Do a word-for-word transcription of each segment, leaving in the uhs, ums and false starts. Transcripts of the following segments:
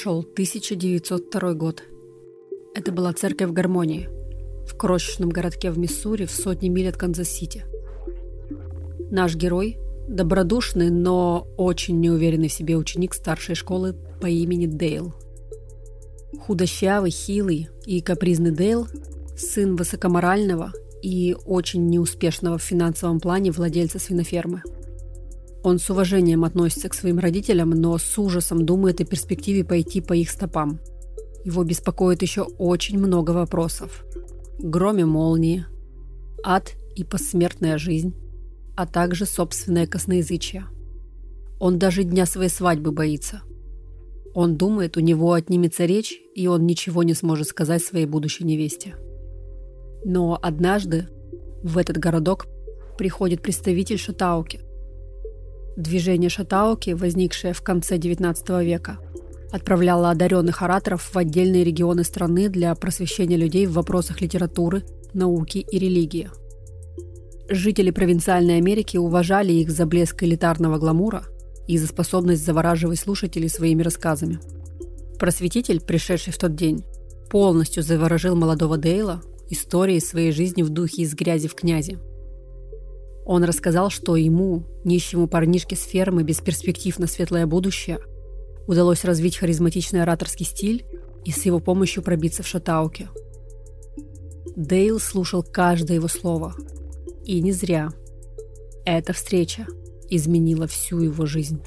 Шел тысяча девятьсот второй год. Это была церковь Гармонии в крошечном городке в Миссури в сотни миль от Канзас-Сити. Наш герой – добродушный, но очень неуверенный в себе ученик старшей школы по имени Дейл. Худощавый, хилый и капризный Дейл – сын высокоморального и очень неуспешного в финансовом плане владельца свинофермы. Он с уважением относится к своим родителям, но с ужасом думает о перспективе пойти по их стопам. Его беспокоит еще очень много вопросов. Гром и молнии, ад и посмертная жизнь, а также собственное косноязычие. Он даже дня своей свадьбы боится. Он думает, у него отнимется речь, и он ничего не сможет сказать своей будущей невесте. Но однажды в этот городок приходит представитель Шатауки. Движение Шатауки, возникшее в конце девятнадцатого века, отправляло одаренных ораторов в отдельные регионы страны для просвещения людей в вопросах литературы, науки и религии. Жители провинциальной Америки уважали их за блеск элитарного гламура и за способность завораживать слушателей своими рассказами. Просветитель, пришедший в тот день, полностью заворожил молодого Дейла историей своей жизни в духе «Из грязи в князи». Он рассказал, что ему, нищему парнишке с фермы без перспектив на светлое будущее, удалось развить харизматичный ораторский стиль и с его помощью пробиться в Шатауке. Дейл слушал каждое его слово. И не зря. Эта встреча изменила всю его жизнь.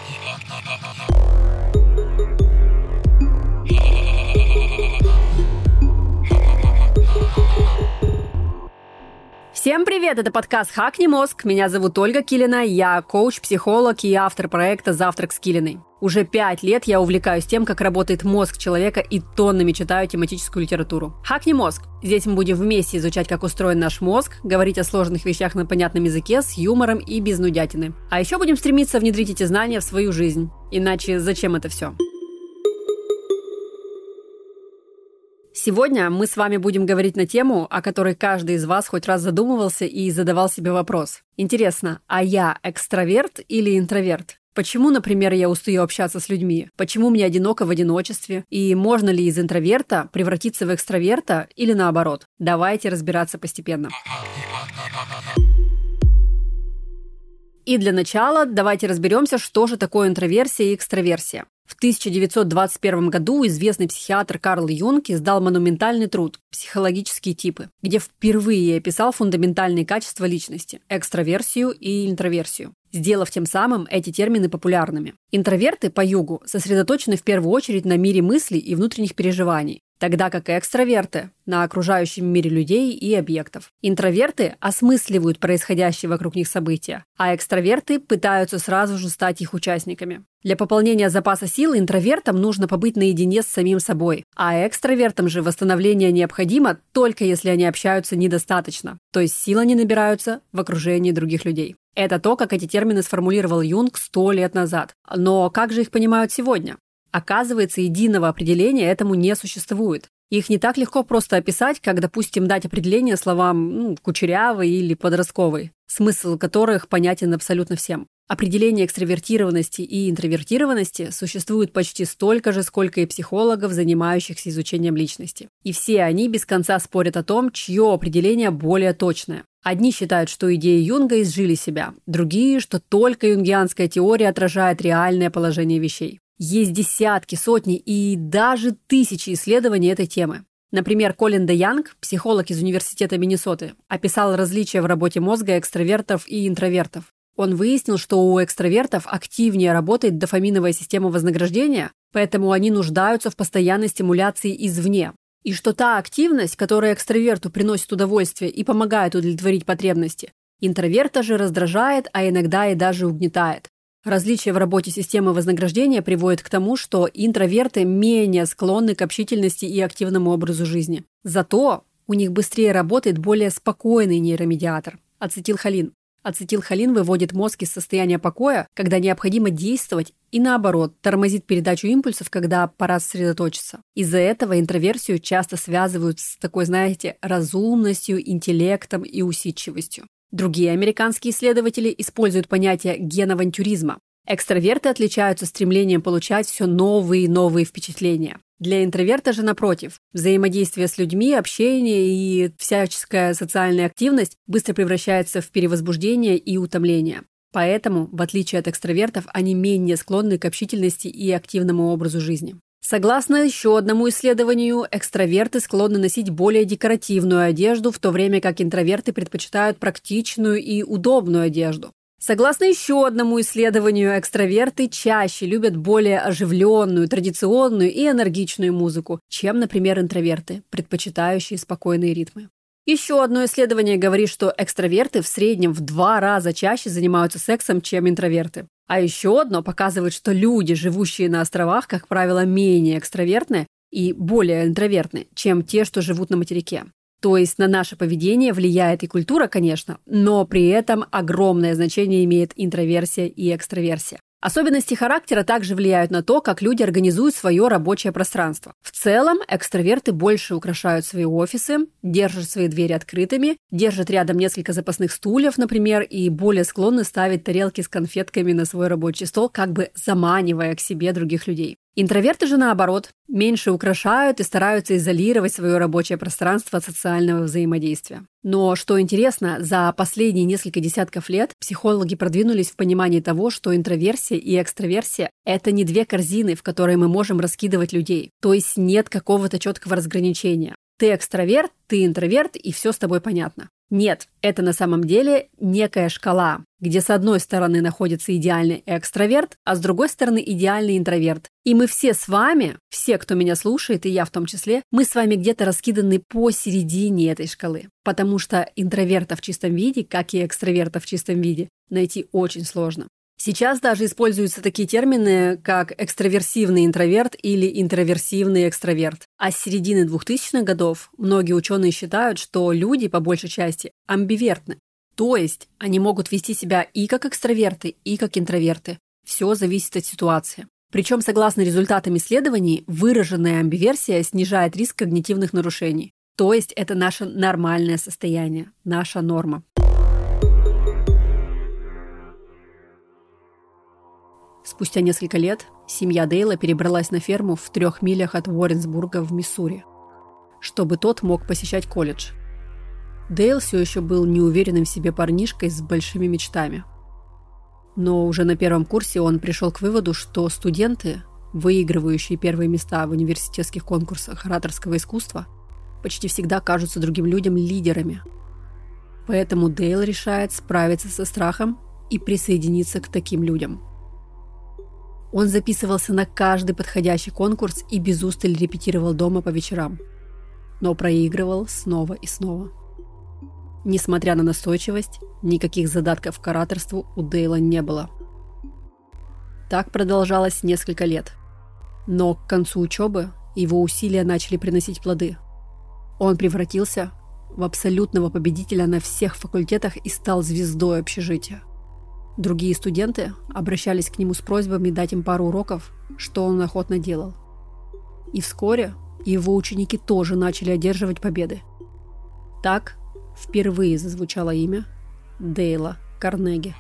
Всем привет! Это подкаст «Хакни мозг». Меня зовут Ольга Килина, я коуч, психолог и автор проекта «Завтрак с Килиной». Уже пять лет я увлекаюсь тем, как работает мозг человека, и тоннами читаю тематическую литературу. «Хакни мозг». Здесь мы будем вместе изучать, как устроен наш мозг, говорить о сложных вещах на понятном языке, с юмором и без нудятины. А еще будем стремиться внедрить эти знания в свою жизнь. Иначе зачем это все? Сегодня мы с вами будем говорить на тему, о которой каждый из вас хоть раз задумывался и задавал себе вопрос. Интересно, а я экстраверт или интроверт? Почему, например, я устаю общаться с людьми? Почему мне одиноко в одиночестве? И можно ли из интроверта превратиться в экстраверта или наоборот? Давайте разбираться постепенно. И для начала давайте разберемся, что же такое интроверсия и экстраверсия. В тысяча девятьсот двадцать первом году известный психиатр Карл Юнг издал монументальный труд «Психологические типы», где впервые описал фундаментальные качества личности – экстраверсию и интроверсию, сделав тем самым эти термины популярными. Интроверты по Югу сосредоточены в первую очередь на мире мыслей и внутренних переживаний, тогда как экстраверты – на окружающем мире людей и объектов. Интроверты осмысливают происходящие вокруг них события, а экстраверты пытаются сразу же стать их участниками. Для пополнения запаса сил интровертам нужно побыть наедине с самим собой, а экстравертам же восстановление необходимо только если они общаются недостаточно, то есть сил они набираются в окружении других людей. Это то, как эти термины сформулировал Юнг сто лет назад. Но как же их понимают сегодня? Оказывается, единого определения этому не существует. Их не так легко просто описать, как, допустим, дать определение словам ну, «кучерявый» или «подростковый», смысл которых понятен абсолютно всем. Определение экстравертированности и интровертированности существует почти столько же, сколько и психологов, занимающихся изучением личности. И все они без конца спорят о том, чье определение более точное. Одни считают, что идеи Юнга изжили себя, другие, что только юнгианская теория отражает реальное положение вещей. Есть десятки, сотни и даже тысячи исследований этой темы. Например, Колин Де Янг, психолог из Университета Миннесоты, описал различия в работе мозга экстравертов и интровертов. Он выяснил, что у экстравертов активнее работает дофаминовая система вознаграждения, поэтому они нуждаются в постоянной стимуляции извне. И что та активность, которая экстраверту приносит удовольствие и помогает удовлетворить потребности, интроверта же раздражает, а иногда и даже угнетает. Различия в работе системы вознаграждения приводят к тому, что интроверты менее склонны к общительности и активному образу жизни. Зато у них быстрее работает более спокойный нейромедиатор – ацетилхолин. Ацетилхолин выводит мозг из состояния покоя, когда необходимо действовать, и наоборот, тормозит передачу импульсов, когда пора сосредоточиться. Из-за этого интроверсию часто связывают с такой, знаете, разумностью, интеллектом и усидчивостью. Другие американские исследователи используют понятие генавантюризма. Экстраверты отличаются стремлением получать все новые и новые впечатления. Для интроверта же, напротив, взаимодействие с людьми, общение и всяческая социальная активность быстро превращается в перевозбуждение и утомление. Поэтому, в отличие от экстравертов, они менее склонны к общительности и активному образу жизни. Согласно еще одному исследованию, экстраверты склонны носить более декоративную одежду, в то время как интроверты предпочитают практичную и удобную одежду. Согласно еще одному исследованию, экстраверты чаще любят более оживленную, традиционную и энергичную музыку, чем, например, интроверты, предпочитающие спокойные ритмы. Еще одно исследование говорит, что экстраверты в среднем в два раза чаще занимаются сексом, чем интроверты. А еще одно показывает, что люди, живущие на островах, как правило, менее экстравертны и более интровертны, чем те, что живут на материке. То есть на наше поведение влияет и культура, конечно, но при этом огромное значение имеет интроверсия и экстраверсия. Особенности характера также влияют на то, как люди организуют свое рабочее пространство. В целом, экстраверты больше украшают свои офисы, держат свои двери открытыми, держат рядом несколько запасных стульев, например, и более склонны ставить тарелки с конфетками на свой рабочий стол, как бы заманивая к себе других людей. Интроверты же, наоборот, меньше украшают и стараются изолировать свое рабочее пространство от социального взаимодействия. Но, что интересно, за последние несколько десятков лет психологи продвинулись в понимании того, что интроверсия и экстраверсия – это не две корзины, в которые мы можем раскидывать людей. То есть нет какого-то четкого разграничения. Ты экстраверт, ты интроверт, и все с тобой понятно. Нет, это на самом деле некая шкала, где с одной стороны находится идеальный экстраверт, а с другой стороны идеальный интроверт. И мы все с вами, все, кто меня слушает, и я в том числе, мы с вами где-то раскиданы посередине этой шкалы. Потому что интроверта в чистом виде, как и экстраверта в чистом виде, найти очень сложно. Сейчас даже используются такие термины, как экстраверсивный интроверт или интроверсивный экстраверт. А с середины двухтысячных годов многие ученые считают, что люди, по большей части, амбивертны. То есть они могут вести себя и как экстраверты, и как интроверты. Все зависит от ситуации. Причем, согласно результатам исследований, выраженная амбиверсия снижает риск когнитивных нарушений. То есть это наше нормальное состояние, наша норма. Спустя несколько лет семья Дейла перебралась на ферму в трех милях от Уорренсбурга в Миссури, чтобы тот мог посещать колледж. Дейл все еще был неуверенным в себе парнишкой с большими мечтами. Но уже на первом курсе он пришел к выводу, что студенты, выигрывающие первые места в университетских конкурсах ораторского искусства, почти всегда кажутся другим людям лидерами. Поэтому Дейл решает справиться со страхом и присоединиться к таким людям. Он записывался на каждый подходящий конкурс и без устали репетировал дома по вечерам, но проигрывал снова и снова. Несмотря на настойчивость, никаких задатков к ораторству у Дейла не было. Так продолжалось несколько лет. Но к концу учебы его усилия начали приносить плоды. Он превратился в абсолютного победителя на всех факультетах и стал звездой общежития. Другие студенты обращались к нему с просьбами дать им пару уроков, что он охотно делал. И вскоре его ученики тоже начали одерживать победы. Так впервые зазвучало имя Дейла Карнеги.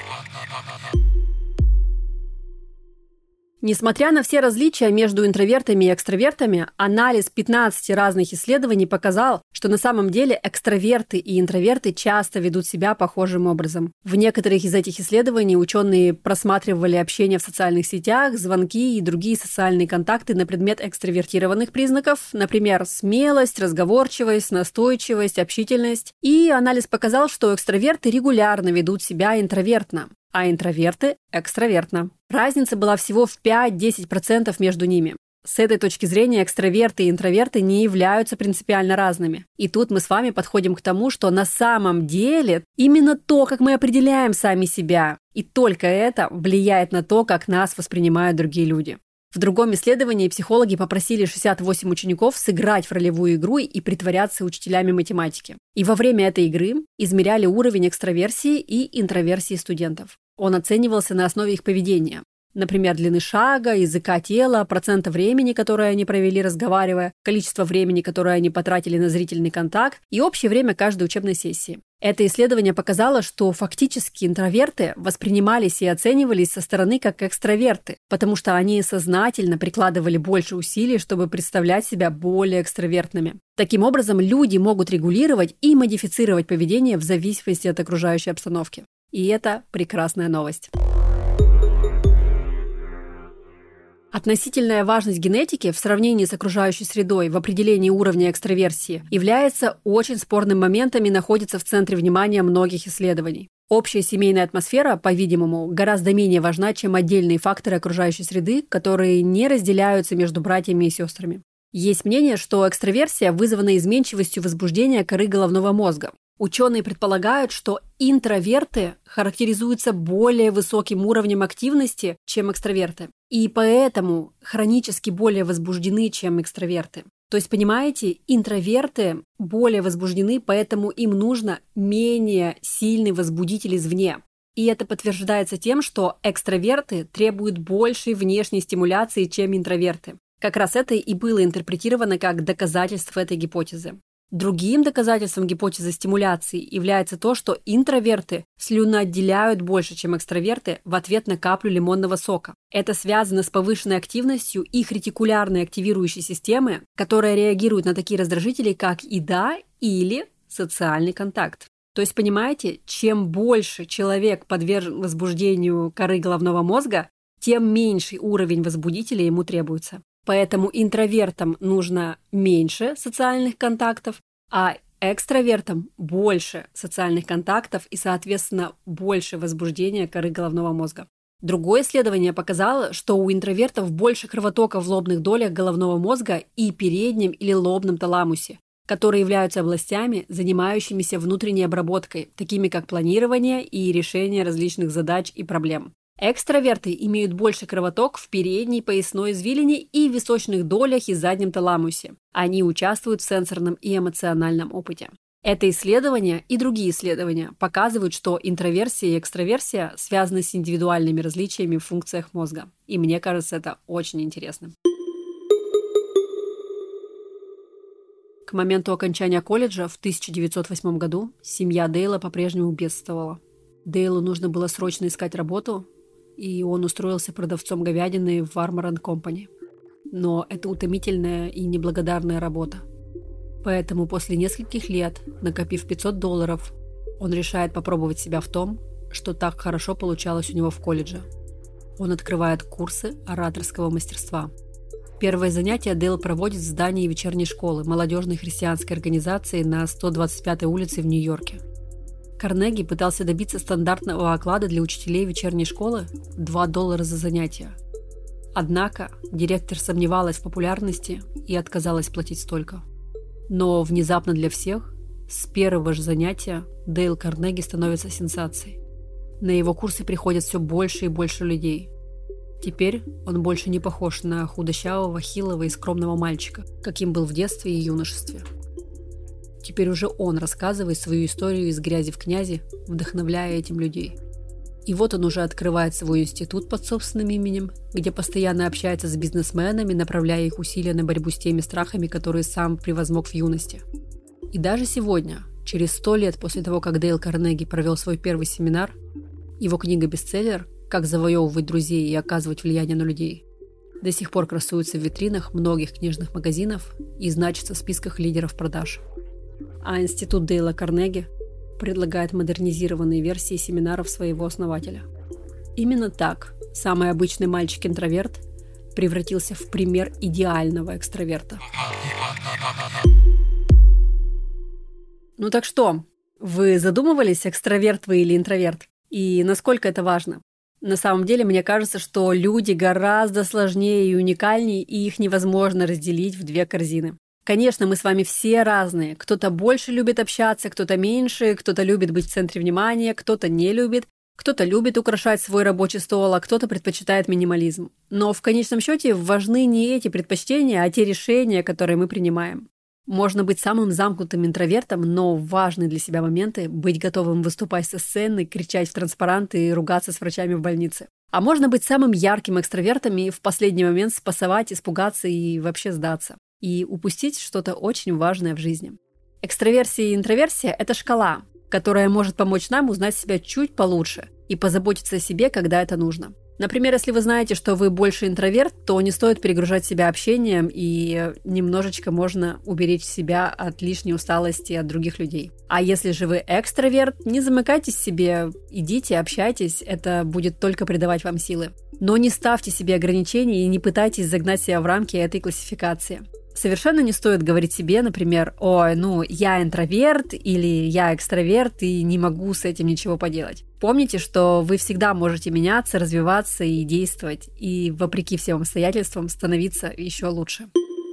Несмотря на все различия между интровертами и экстравертами, анализ пятнадцати разных исследований показал, что на самом деле экстраверты и интроверты часто ведут себя похожим образом. В некоторых из этих исследований ученые просматривали общение в социальных сетях, звонки и другие социальные контакты на предмет экстравертированных признаков, например, смелость, разговорчивость, настойчивость, общительность. И анализ показал, что экстраверты регулярно ведут себя интровертно, а интроверты – экстравертно. Разница была всего в пять-десять процентов между ними. С этой точки зрения экстраверты и интроверты не являются принципиально разными. И тут мы с вами подходим к тому, что на самом деле именно то, как мы определяем сами себя, и только это влияет на то, как нас воспринимают другие люди. В другом исследовании психологи попросили шестьдесят восемь учеников сыграть в ролевую игру и притворяться учителями математики. И во время этой игры измеряли уровень экстраверсии и интроверсии студентов. Он оценивался на основе их поведения. Например, длины шага, языка тела, процента времени, которое они провели разговаривая, количество времени, которое они потратили на зрительный контакт и общее время каждой учебной сессии. Это исследование показало, что фактически интроверты воспринимались и оценивались со стороны как экстраверты, потому что они сознательно прикладывали больше усилий, чтобы представлять себя более экстравертными. Таким образом, люди могут регулировать и модифицировать поведение в зависимости от окружающей обстановки. И это прекрасная новость. Относительная важность генетики в сравнении с окружающей средой в определении уровня экстраверсии является очень спорным моментом и находится в центре внимания многих исследований. Общая семейная атмосфера, по-видимому, гораздо менее важна, чем отдельные факторы окружающей среды, которые не разделяются между братьями и сестрами. Есть мнение, что экстраверсия вызвана изменчивостью возбуждения коры головного мозга. Ученые предполагают, что интроверты характеризуются более высоким уровнем активности, чем экстраверты, и поэтому хронически более возбуждены, чем экстраверты. То есть, понимаете, интроверты более возбуждены, поэтому им нужно менее сильный возбудитель извне. И это подтверждается тем, что экстраверты требуют большей внешней стимуляции, чем интроверты. Как раз это и было интерпретировано как доказательство этой гипотезы. Другим доказательством гипотезы стимуляции является то, что интроверты слюноотделяют больше, чем экстраверты, в ответ на каплю лимонного сока. Это связано с повышенной активностью их ретикулярной активирующей системы, которая реагирует на такие раздражители, как еда или социальный контакт. То есть, понимаете, чем больше человек подвержен возбуждению коры головного мозга, тем меньший уровень возбудителя ему требуется. Поэтому интровертам нужно меньше социальных контактов, а экстравертам больше социальных контактов и, соответственно, больше возбуждения коры головного мозга. Другое исследование показало, что у интровертов больше кровотока в лобных долях головного мозга и переднем или лобном таламусе, которые являются областями, занимающимися внутренней обработкой, такими как планирование и решение различных задач и проблем. Экстраверты имеют больше кровоток в передней поясной извилине и височных долях и заднем таламусе. Они участвуют в сенсорном и эмоциональном опыте. Это исследование и другие исследования показывают, что интроверсия и экстраверсия связаны с индивидуальными различиями в функциях мозга. И мне кажется, это очень интересно. К моменту окончания колледжа в тысяча девятьсот восьмом году семья Дейла по-прежнему бедствовала. Дейлу нужно было срочно искать работу, и он устроился продавцом говядины в Armour энд Company. Но это утомительная и неблагодарная работа. Поэтому после нескольких лет, накопив пятьсот долларов, он решает попробовать себя в том, что так хорошо получалось у него в колледже. Он открывает курсы ораторского мастерства. Первое занятие Дейл проводит в здании вечерней школы молодежной христианской организации на сто двадцать пятой улице в Нью-Йорке. Карнеги пытался добиться стандартного оклада для учителей вечерней школы – два доллара за занятие. Однако директор сомневалась в популярности и отказалась платить столько. Но внезапно для всех, с первого же занятия, Дейл Карнеги становится сенсацией. На его курсы приходят все больше и больше людей. Теперь он больше не похож на худощавого, хилого и скромного мальчика, каким был в детстве и юношестве. Теперь уже он рассказывает свою историю из грязи в князи, вдохновляя этим людей. И вот он уже открывает свой институт под собственным именем, где постоянно общается с бизнесменами, направляя их усилия на борьбу с теми страхами, которые сам превозмог в юности. И даже сегодня, через сто лет после того, как Дейл Карнеги провел свой первый семинар, его книга-бестселлер «Как завоевывать друзей и оказывать влияние на людей» до сих пор красуется в витринах многих книжных магазинов и значится в списках лидеров продаж. А институт Дейла Карнеги предлагает модернизированные версии семинаров своего основателя. Именно так самый обычный мальчик-интроверт превратился в пример идеального экстраверта. Ну так что, вы задумывались, экстраверт вы или интроверт? И насколько это важно? На самом деле, мне кажется, что люди гораздо сложнее и уникальнее, и их невозможно разделить в две корзины. Конечно, мы с вами все разные. Кто-то больше любит общаться, кто-то меньше, кто-то любит быть в центре внимания, кто-то не любит, кто-то любит украшать свой рабочий стол, а кто-то предпочитает минимализм. Но в конечном счете важны не эти предпочтения, а те решения, которые мы принимаем. Можно быть самым замкнутым интровертом, но в важные для себя моменты быть готовым выступать со сцены, кричать в транспаранты и ругаться с врачами в больнице. А можно быть самым ярким экстравертом и в последний момент спасовать, испугаться и вообще сдаться. И упустить что-то очень важное в жизни. Экстраверсия и интроверсия – это шкала, которая может помочь нам узнать себя чуть получше и позаботиться о себе, когда это нужно. Например, если вы знаете, что вы больше интроверт, то не стоит перегружать себя общением, и немножечко можно уберечь себя от лишней усталости от других людей. А если же вы экстраверт, не замыкайтесь в себе, идите, общайтесь, это будет только придавать вам силы. Но не ставьте себе ограничений и не пытайтесь загнать себя в рамки этой классификации. Совершенно не стоит говорить себе, например, «Ой, ну, я интроверт» или «Я экстраверт и не могу с этим ничего поделать». Помните, что вы всегда можете меняться, развиваться и действовать, и, вопреки всем обстоятельствам, становиться еще лучше.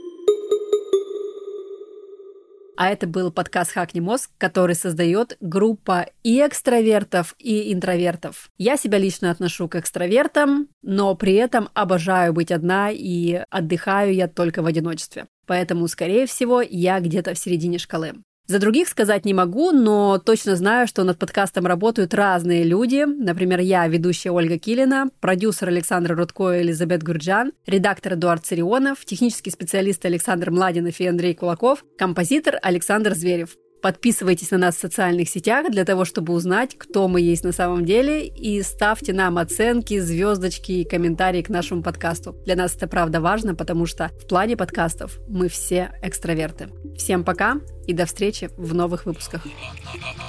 А это был подкаст «Хакни мозг», который создает группа и экстравертов, и интровертов. Я себя лично отношу к экстравертам, но при этом обожаю быть одна и отдыхаю я только в одиночестве. Поэтому, скорее всего, я где-то в середине шкалы. За других сказать не могу, но точно знаю, что над подкастом работают разные люди. Например, я, ведущая Ольга Килина, продюсер Александр Рудко и Элизабет Гурджан, редактор Эдуард Царионов, технический специалист Александр Младинов и Андрей Кулаков, композитор Александр Зверев. Подписывайтесь на нас в социальных сетях для того, чтобы узнать, кто мы есть на самом деле, и ставьте нам оценки, звездочки и комментарии к нашему подкасту. Для нас это правда важно, потому что в плане подкастов мы все экстраверты. Всем пока и до встречи в новых выпусках.